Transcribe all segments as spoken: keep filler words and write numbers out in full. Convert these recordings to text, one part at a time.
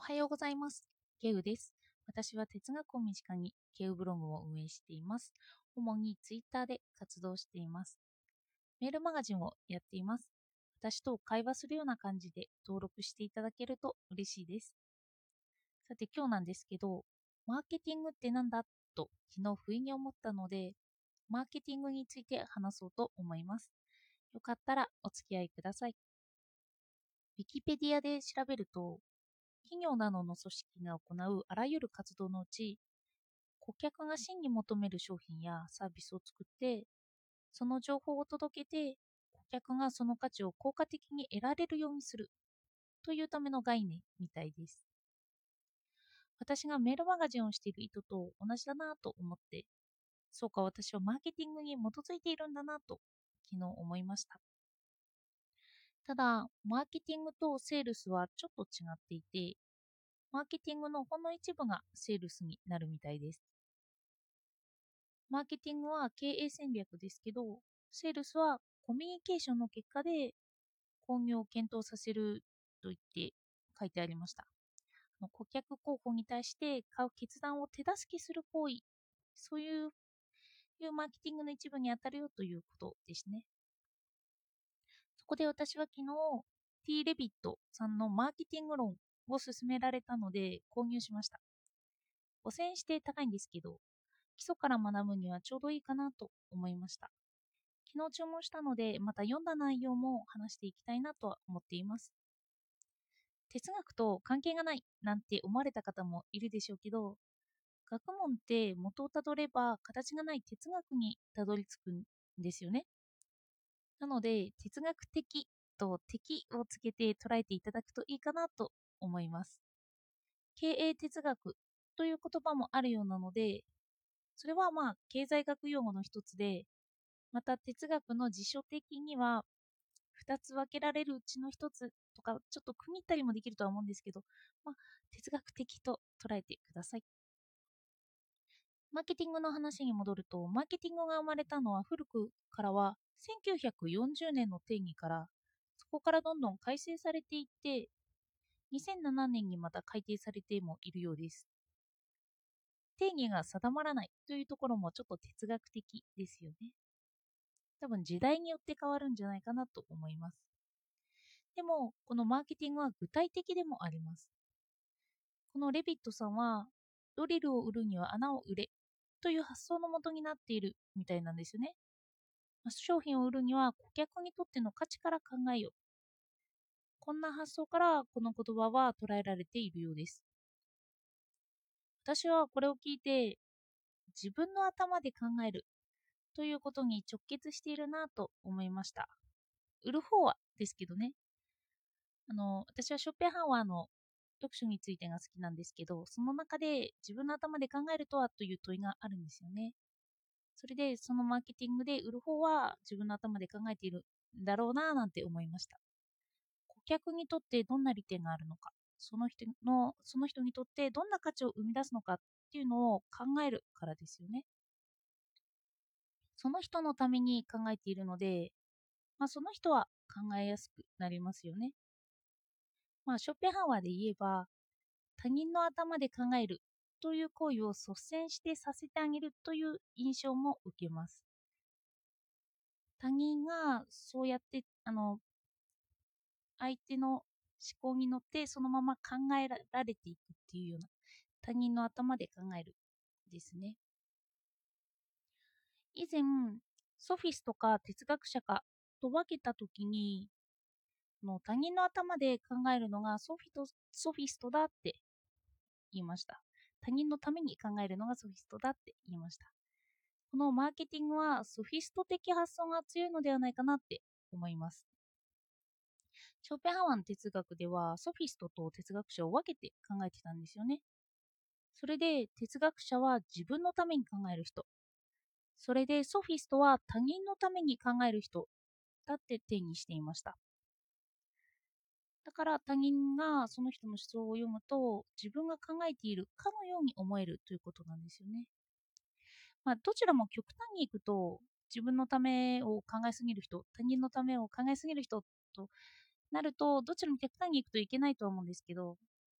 はようございます。ケウです。私は哲学を身近にケウブログを運営しています。主にツイッターで活動しています。メールマガジンをやっています。私と会話するような感じで登録していただけると嬉しいです。さて今日なんですけど、マーケティングってなんだと昨日不意に思ったので、マーケティングについて話そうと思います。よかったらお付き合いください。ウィキペディアで調べると、企業などの組織が行うあらゆる活動のうち、顧客が真に求める商品やサービスを作って、その情報を届けて、顧客がその価値を効果的に得られるようにするというための概念みたいです。私がメールマガジンをしている意図と同じだなと思って、そうか私はマーケティングに基づいているんだなと昨日思いました。ただ、マーケティングとセールスはちょっと違っていて、マーケティングのほんの一部がセールスになるみたいです。マーケティングは経営戦略ですけど、セールスはコミュニケーションの結果で購入を検討させると言って書いてありました。顧客候補に対して買う決断を手助けする行為、そういういうマーケティングの一部に当たるよということですね。そこで私は昨日、T レビットさんのマーケティング論を勧められたので購入しました。ごせんえんして高いんですけど、基礎から学ぶにはちょうどいいかなと思いました。昨日注文したので、また読んだ内容も話していきたいなとは思っています。哲学と関係がないなんて思われた方もいるでしょうけど、学問って元をたどれば形がない哲学にたどり着くんですよね。なので、哲学的と敵をつけて捉えていただくといいかなと思います。経営哲学という言葉もあるようなので、それはまあ経済学用語の一つで、また哲学の辞書的にはふたつ分けられるうちのひとつとか、ちょっと区切ったりもできるとは思うんですけど、まあ、哲学的と捉えてください。マーケティングの話に戻ると、マーケティングが生まれたのは古くからはせんきゅうひゃくよんじゅうねんの定義から、そこからどんどん改正されていって、にせんななねんにまた改定されてもいるようです。定義が定まらないというところもちょっと哲学的ですよね。多分時代によって変わるんじゃないかなと思います。でも、このマーケティングは具体的でもあります。このレビットさんは、ドリルを売るには穴を売れという発想のもとになっているみたいなんですよね。商品を売るには顧客にとっての価値から考えよう。こんな発想からこの言葉は捉えられているようです。私はこれを聞いて、自分の頭で考えるということに直結しているなと思いました。売る方はですけどね。あの、私はショッペンハワーの読書についてが好きなんですけど、その中で自分の頭で考えるとはという問いがあるんですよね。それで、そのマーケティングで売る方は自分の頭で考えているんだろうなぁなんて思いました。顧客にとってどんな利点があるのか、その人の、その人にとってどんな価値を生み出すのかっていうのを考えるからですよね。その人のために考えているので、まあ、その人は考えやすくなりますよね。まあ、ショッペンハワーで言えば、他人の頭で考えるという行為を率先してさせてあげるという印象も受けます。他人がそうやってあの相手の思考に乗ってそのまま考えられていくっていうような、他人の頭で考えるですね。以前ソフィスとか哲学者かと分けたときに、の他人の頭で考えるのがソフィトソフィストだって言いました。他人のために考えるのがソフィストだって言いました。このマーケティングはソフィスト的発想が強いのではないかなって思います。ショーペンハワーの哲学ではソフィストと哲学者を分けて考えてたんですよね。それで哲学者は自分のために考える人。それでソフィストは他人のために考える人だって定義していました。だから他人がその人の思想を読むと自分が考えているかのように思えるということなんですよね。まあ、どちらも極端にいくと自分のためを考えすぎる人、他人のためを考えすぎる人となるとどちらも極端にいくといけないとは思うんですけど、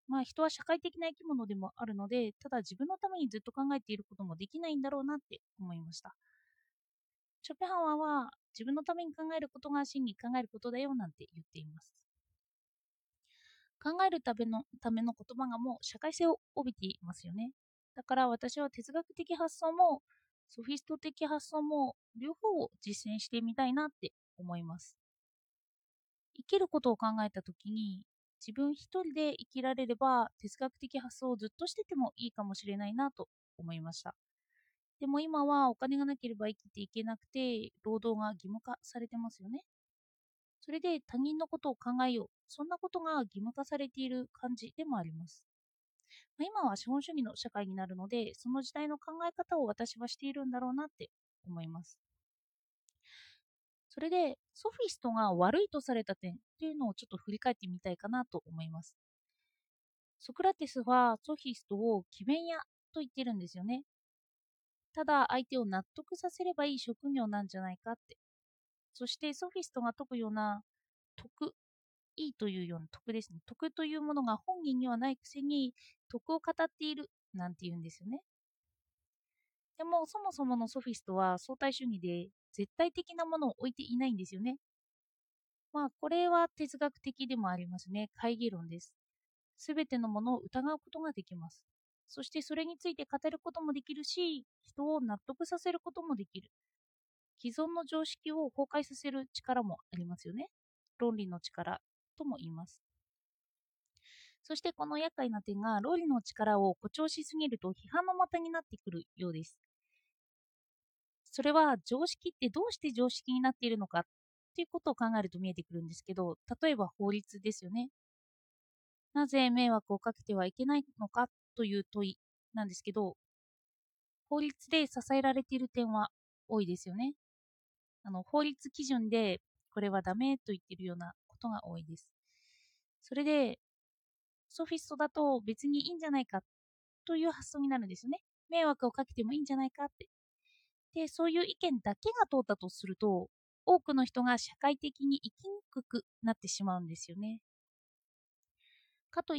まあ人は社会的な生き物でもあるので、ただ自分のためにずっと考えていることもできないんだろうなって思いました。ショペンハワーは自分のために考えることが真に考えることだよなんて言っています。考えるためのための言葉がもう社会性を帯びていますよね。だから私は哲学的発想もソフィスト的発想も両方を実践してみたいなって思います。生きることを考えたときに自分一人で生きられれば哲学的発想をずっとしててもいいかもしれないなと思いました。でも今はお金がなければ生きていけなくて労働が義務化されてますよね。それで他人のことを考えよう。そんなことが義務化されている感じでもあります。まあ、今は資本主義の社会になるので、その時代の考え方を私はしているんだろうなって思います。それで、ソフィストが悪いとされた点というのをちょっと振り返ってみたいかなと思います。ソクラテスはソフィストを詭弁屋と言ってるんですよね。ただ相手を納得させればいい職業なんじゃないかって。そしてソフィストが解くような徳、いいというような徳ですね。徳というものが本人にはないくせに徳を語っているなんて言うんですよね。でもそもそものソフィストは相対主義で絶対的なものを置いていないんですよね。まあこれは哲学的でもありますね。懐疑論です。すべてのものを疑うことができます。そしてそれについて語ることもできるし、人を納得させることもできる。既存の常識を崩壊させる力もありますよね。論理の力とも言います。そしてこの厄介な点が論理の力を誇張しすぎると批判の的になってくるようです。それは常識ってどうして常識になっているのかっていうことを考えると見えてくるんですけど、例えば法律ですよね。なぜ迷惑をかけてはいけないのかという問いなんですけど、法律で支えられている点は多いですよね。あの法律基準でこれはダメと言っているようなことが多いです。それでソフィストだと別にいいんじゃないかという発想になるんですよね。迷惑をかけてもいいんじゃないかって。で、そういう意見だけが通ったとすると、多くの人が社会的に生きにくくなってしまうんですよね。かといって、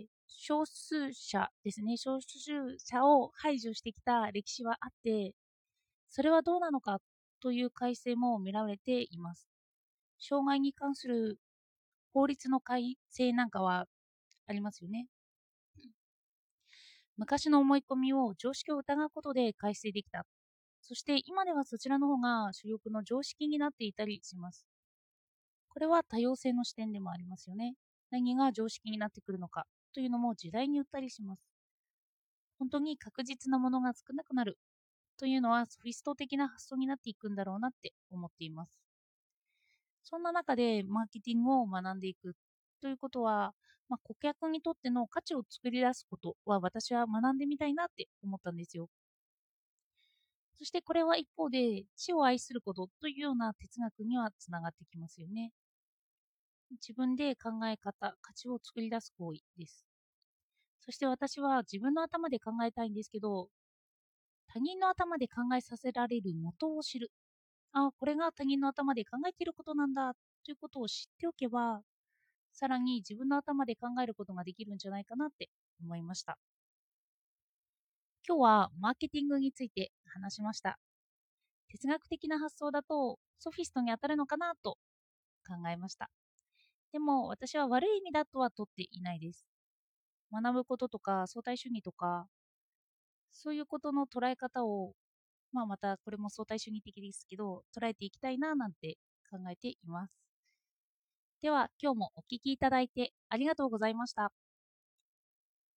少数者ですね、少数者を排除してきた歴史はあって、それはどうなのかという改正も見られています。障害に関する法律の改正なんかはありますよね。昔の思い込みを常識を疑うことで改正できた。そして今ではそちらの方が主力の常識になっていたりします。これは多様性の視点でもありますよね。何が常識になってくるのかというのも時代によったりします。本当に確実なものが少なくなるというのはソフィスト的な発想になっていくんだろうなって思っています。そんな中でマーケティングを学んでいくということは、まあ、顧客にとっての価値を作り出すことは私は学んでみたいなって思ったんですよ。そしてこれは一方で死を愛することというような哲学にはつながってきますよね。自分で考え方、価値を作り出す行為です。そして私は自分の頭で考えたいんですけど、他人の頭で考えさせられる元を知る。あ、これが他人の頭で考えていることなんだということを知っておけば、さらに自分の頭で考えることができるんじゃないかなって思いました。今日はマーケティングについて話しました。哲学的な発想だとソフィストに当たるのかなと考えました。でも私は悪い意味だとは取っていないです。学ぶこととか相対主義とかそういうことの捉え方を、まあ、またこれも相対主義的ですけど捉えていきたいななんて考えています。では今日もお聞きいただいてありがとうございました。